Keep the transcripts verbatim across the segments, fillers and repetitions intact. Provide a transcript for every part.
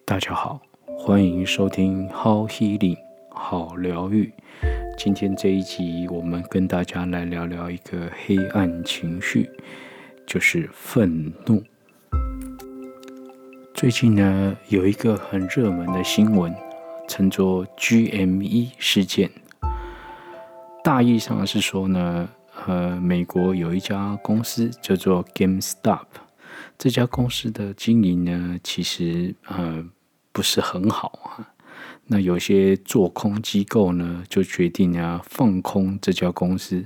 大家好，欢迎收听 How Healing 好疗愈。今天这一集，我们跟大家来聊聊一个黑暗情绪，就是愤怒。最近呢，有一个很热门的新闻，称作 G M E 事件。大意上是说呢，呃，美国有一家公司叫做 GameStop， 这家公司的经营呢，其实呃不是很好啊。那有些做空机构呢，就决定啊放空这家公司。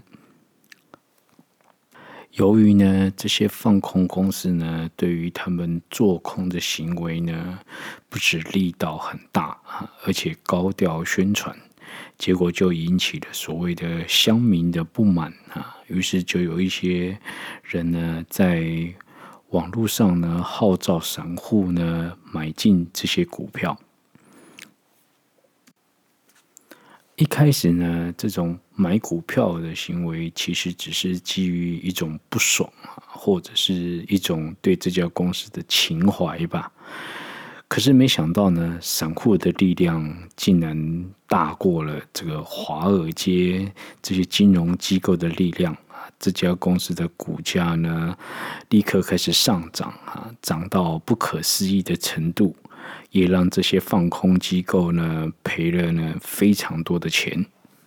由于呢，这些放空公司呢，对于他们做空的行为呢，不止力道很大啊，而且高调宣传，结果就引起了所谓的乡民的不满啊。于是就有一些人呢，在网络上呢，号召散户呢买进这些股票。一开始呢，这种买股票的行为其实只是基于一种不爽啊，或者是一种对这家公司的情怀吧。可是没想到呢，散户的力量竟然大过了这个华尔街这些金融机构的力量啊！这家公司的股价呢，立刻开始上涨啊，涨到不可思议的程度。也让这些放空机构呢赔了呢非常多的钱。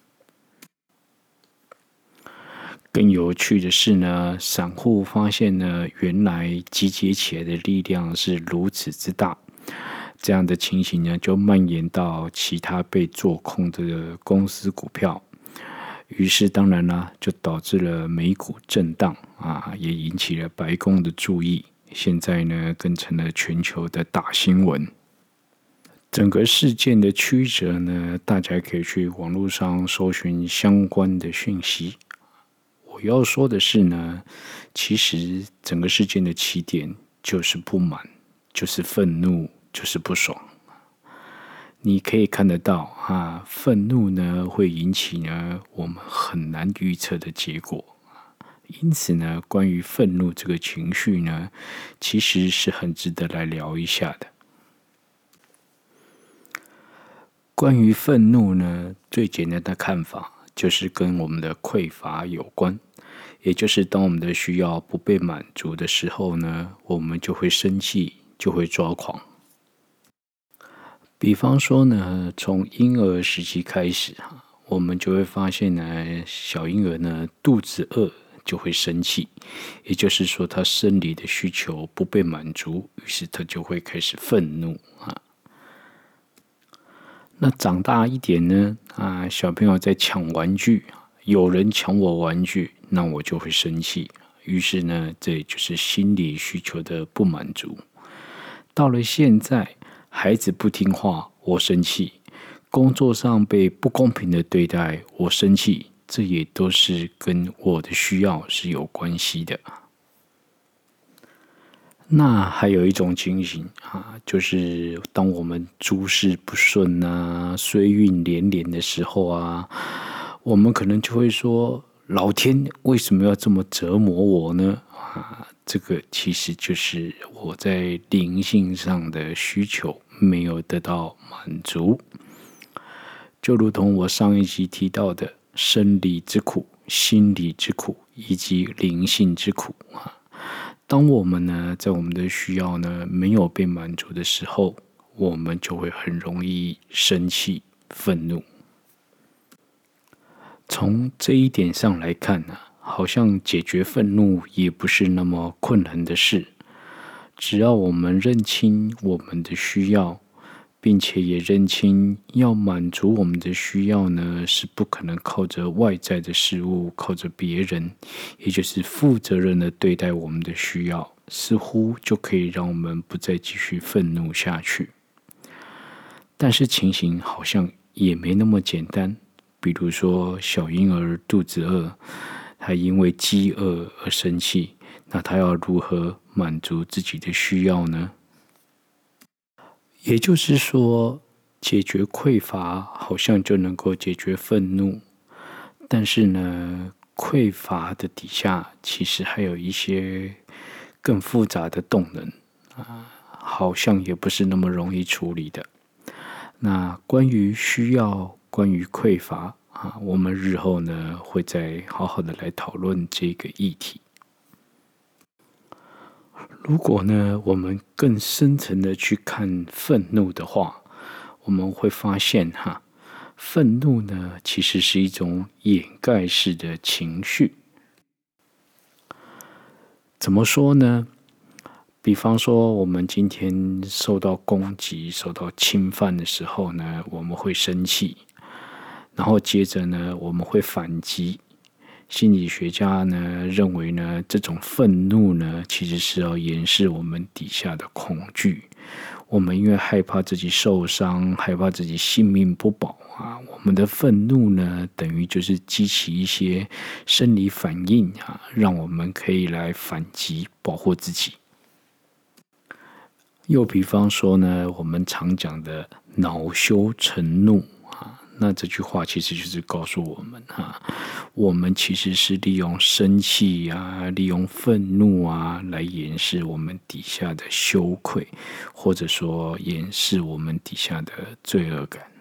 更有趣的是呢，散户发现呢，原来集结起来的力量是如此之大，这样的情形呢，就蔓延到其他被做空的公司股票。于是当然啦，就导致了美股震荡啊，也引起了白宫的注意。现在呢，更成了全球的大新闻。整个事件的曲折呢，大家可以去网络上搜寻相关的讯息。我要说的是呢，其实整个事件的起点就是不满，就是愤怒，就是不爽。你可以看得到啊，愤怒呢会引起呢我们很难预测的结果。因此呢，关于愤怒这个情绪呢，其实是很值得来聊一下的。关于愤怒呢，最简单的看法就是跟我们的匮乏有关，也就是当我们的需要不被满足的时候呢，我们就会生气，就会抓狂。比方说呢，从婴儿时期开始，我们就会发现呢，小婴儿呢肚子饿就会生气，也就是说，他生理的需求不被满足，于是他就会开始愤怒啊。那长大一点呢，啊，小朋友在抢玩具，有人抢我玩具，那我就会生气。于是呢，这就是心理需求的不满足。到了现在，孩子不听话，我生气；工作上被不公平的对待，我生气。这也都是跟我的需要是有关系的。那还有一种情形啊，就是当我们诸事不顺啊、衰运连连的时候啊，我们可能就会说：老天为什么要这么折磨我呢？啊，这个其实就是我在灵性上的需求没有得到满足，就如同我上一集提到的。生理之苦、心理之苦以及灵性之苦啊！当我们呢，在我们的需要呢没有被满足的时候，我们就会很容易生气、愤怒。从这一点上来看呢、啊，好像解决愤怒也不是那么困难的事。只要我们认清我们的需要。并且也认清，要满足我们的需要呢，是不可能靠着外在的事物，靠着别人，也就是负责任的对待我们的需要，似乎就可以让我们不再继续愤怒下去。但是情形好像也没那么简单，比如说小婴儿肚子饿，他因为饥饿而生气，那他要如何满足自己的需要呢？也就是说，解决匮乏好像就能够解决愤怒，但是呢，匮乏的底下其实还有一些更复杂的动能啊， 好像也不是那么容易处理的。那关于需要，关于匮乏啊，我们日后呢会再好好的来讨论这个议题。如果呢我们更深层的去看愤怒的话，我们会发现哈，愤怒呢其实是一种掩盖式的情绪。怎么说呢？比方说，我们今天受到攻击、受到侵犯的时候呢，我们会生气，然后接着呢，我们会反击。心理学家呢认为呢，这种愤怒呢，其实是要掩饰我们底下的恐惧。我们因为害怕自己受伤，害怕自己性命不保啊，我们的愤怒呢，等于就是激起一些生理反应啊，让我们可以来反击，保护自己。又比方说呢，我们常讲的恼羞成怒啊，那这句话其实就是告诉我们哈，我们其实是利用生气啊，利用愤怒啊，来掩饰我们底下的羞愧，或者说掩饰我们底下的罪恶感。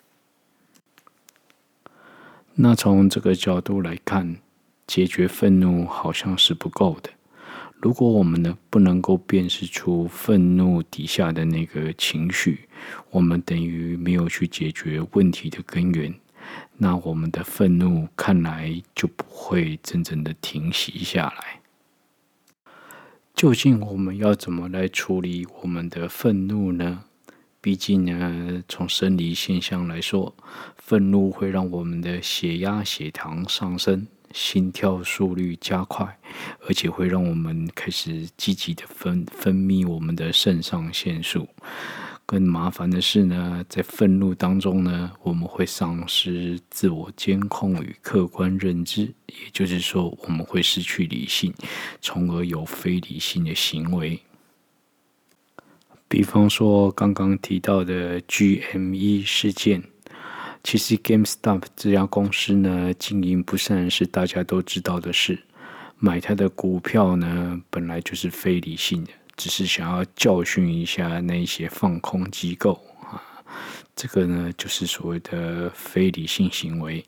那从这个角度来看，解决愤怒好像是不够的。如果我们呢不能够辨识出愤怒底下的那个情绪，我们等于没有去解决问题的根源，那我们的愤怒看来就不会真正的停息下来。究竟我们要怎么来处理我们的愤怒呢？毕竟呢，从生理现象来说，愤怒会让我们的血压、血糖上升，心跳速率加快，而且会让我们开始积极的分分泌我们的肾上腺素。更麻烦的是呢，在愤怒当中呢，我们会丧失自我监控与客观认知，也就是说，我们会失去理性，从而有非理性的行为。比方说刚刚提到的 G M E 事件，其实 GameStop 这家公司呢，经营不善是大家都知道的事。买它的股票呢，本来就是非理性的，只是想要教训一下那些放空机构啊。这个呢，就是所谓的非理性行为。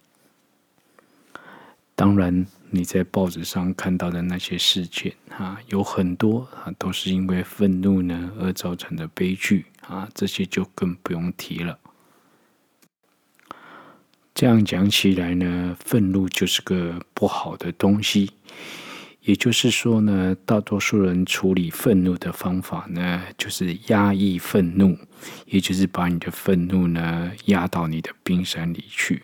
当然，你在报纸上看到的那些事件啊，有很多啊都是因为愤怒呢而造成的悲剧啊，这些就更不用提了。这样讲起来呢，愤怒就是个不好的东西。也就是说呢，大多数人处理愤怒的方法呢，就是压抑愤怒，也就是把你的愤怒呢压到你的冰山里去。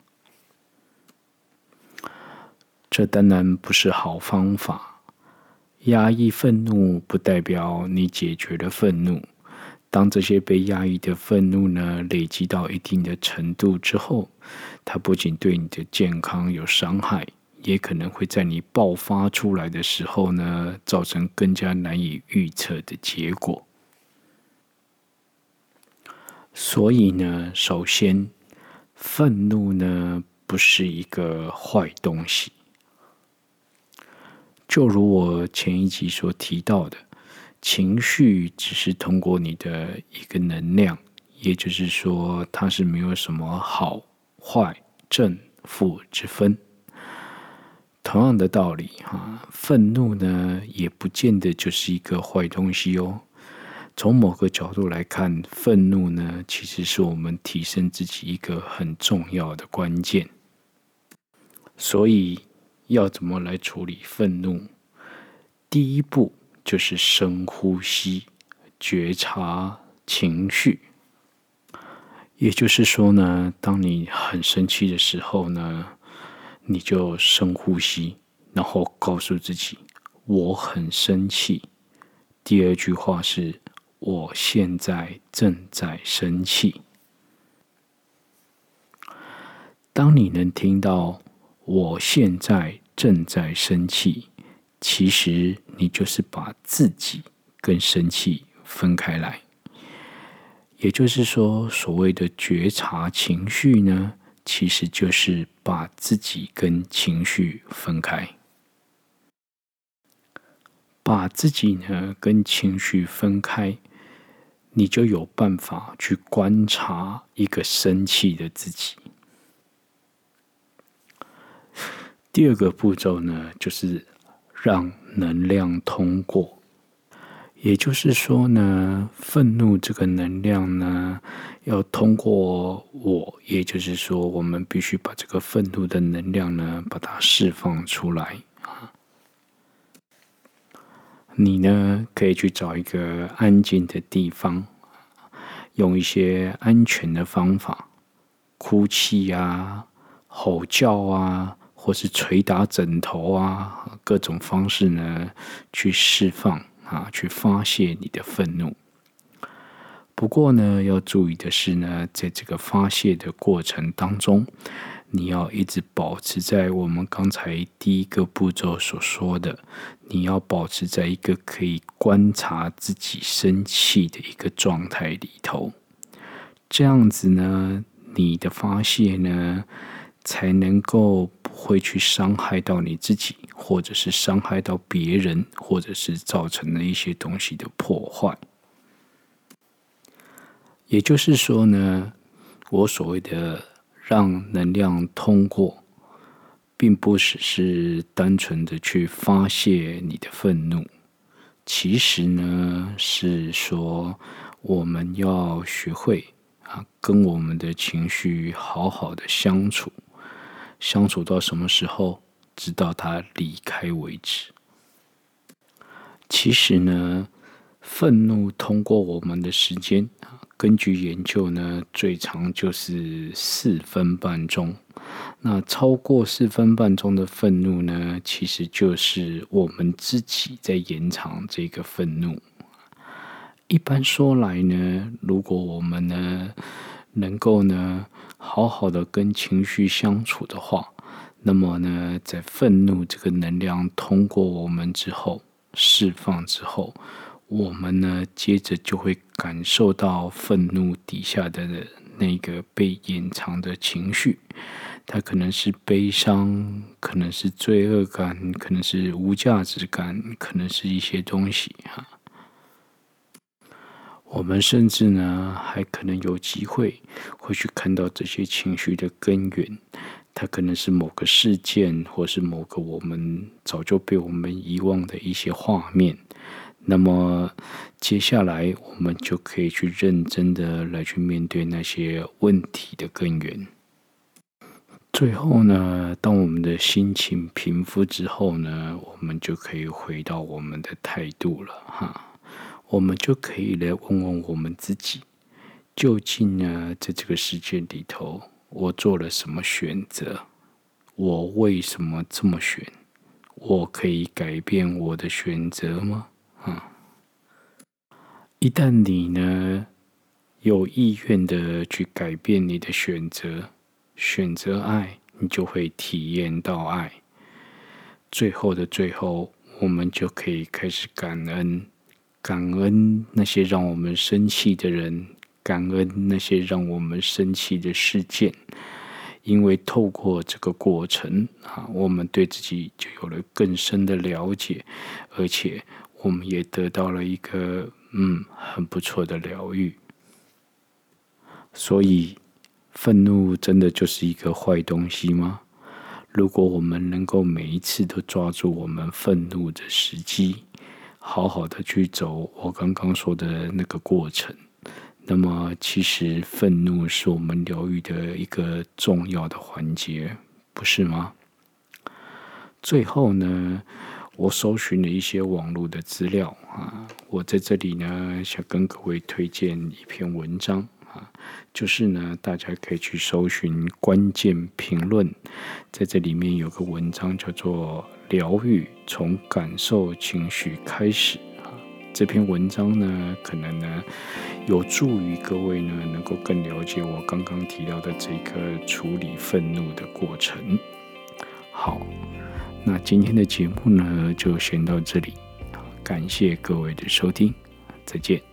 这当然不是好方法。压抑愤怒不代表你解决了愤怒。当这些被压抑的愤怒呢累积到一定的程度之后，它不仅对你的健康有伤害，也可能会在你爆发出来的时候呢，造成更加难以预测的结果。所以呢，首先，愤怒呢不是一个坏东西。就如我前一集所提到的，情绪只是通过你的一个能量，也就是说，它是没有什么好坏正负之分。同样的道理哈，愤怒呢也不见得就是一个坏东西哦。从某个角度来看，愤怒呢其实是我们提升自己一个很重要的关键。所以要怎么来处理愤怒？第一步就是深呼吸，觉察情绪。也就是说呢，当你很生气的时候呢，你就深呼吸，然后告诉自己我很生气。第二句话是我现在正在生气。当你能听到我现在正在生气，其实你就是把自己跟生气分开来。也就是说，所谓的觉察情绪呢，其实就是把自己跟情绪分开。把自己呢跟情绪分开， 你就有办法去观察一个生气的自己。第二个步骤呢，就是让能量通过。也就是说呢，愤怒这个能量呢，要通过我，也就是说，我们必须把这个愤怒的能量呢，把它释放出来。你呢，可以去找一个安静的地方，用一些安全的方法，哭泣啊、吼叫啊，或是捶打枕头啊，各种方式呢，去释放啊，去发泄你的愤怒。不过呢，要注意的是呢，在这个发泄的过程当中，你要一直保持在我们刚才第一个步骤所说的，你要保持在一个可以观察自己生气的一个状态里头。这样子呢，你的发泄呢，才能够不会去伤害到你自己，或者是伤害到别人，或者是造成了一些东西的破坏。也就是说呢，我所谓的让能量通过，并不只是单纯的去发泄你的愤怒，其实呢，是说我们要学会啊，跟我们的情绪好好的相处，相处到什么时候，直到它离开为止。其实呢，愤怒通过我们的时间，根据研究呢，最长就是四分半钟。那超过四分半钟的愤怒呢，其实就是我们自己在延长这个愤怒。一般说来呢，如果我们呢能够呢好好的跟情绪相处的话，那么呢，在愤怒这个能量通过我们之后，释放之后，我们呢，接着就会感受到愤怒底下的那个被掩藏的情绪，它可能是悲伤，可能是罪恶感，可能是无价值感，可能是一些东西哈。我们甚至呢，还可能有机会会去看到这些情绪的根源，它可能是某个事件，或是某个我们早就被我们遗忘的一些画面。那么接下来我们就可以去认真的来去面对那些问题的根源。最后呢，当我们的心情平复之后呢，我们就可以回到我们的态度了哈。我们就可以来问问我们自己，究竟呢，在这个世界里头，我做了什么选择？我为什么这么选？我可以改变我的选择吗？啊，一旦你呢有意愿的去改变你的选择，选择爱，你就会体验到爱。最后的最后，我们就可以开始感恩，感恩那些让我们生气的人，感恩那些让我们生气的事件。因为透过这个过程啊，我们对自己就有了更深的了解，而且我们也得到了一个嗯很不错的疗愈。所以，愤怒真的就是一个坏东西吗？如果我们能够每一次都抓住我们愤怒的时机，好好的去走我刚刚说的那个过程，那么其实愤怒是我们疗愈的一个重要的环节，不是吗？最后呢，我搜寻了一些网络的资料啊，我在这里呢想跟各位推荐一篇文章啊，就是呢大家可以去搜寻关键评论，在这里面有个文章叫做《疗愈从感受情绪开始》啊，这篇文章呢可能呢有助于各位呢能够更了解我刚刚提到的这个处理愤怒的过程。好。那今天的节目呢，就先到这里，感谢各位的收听，再见。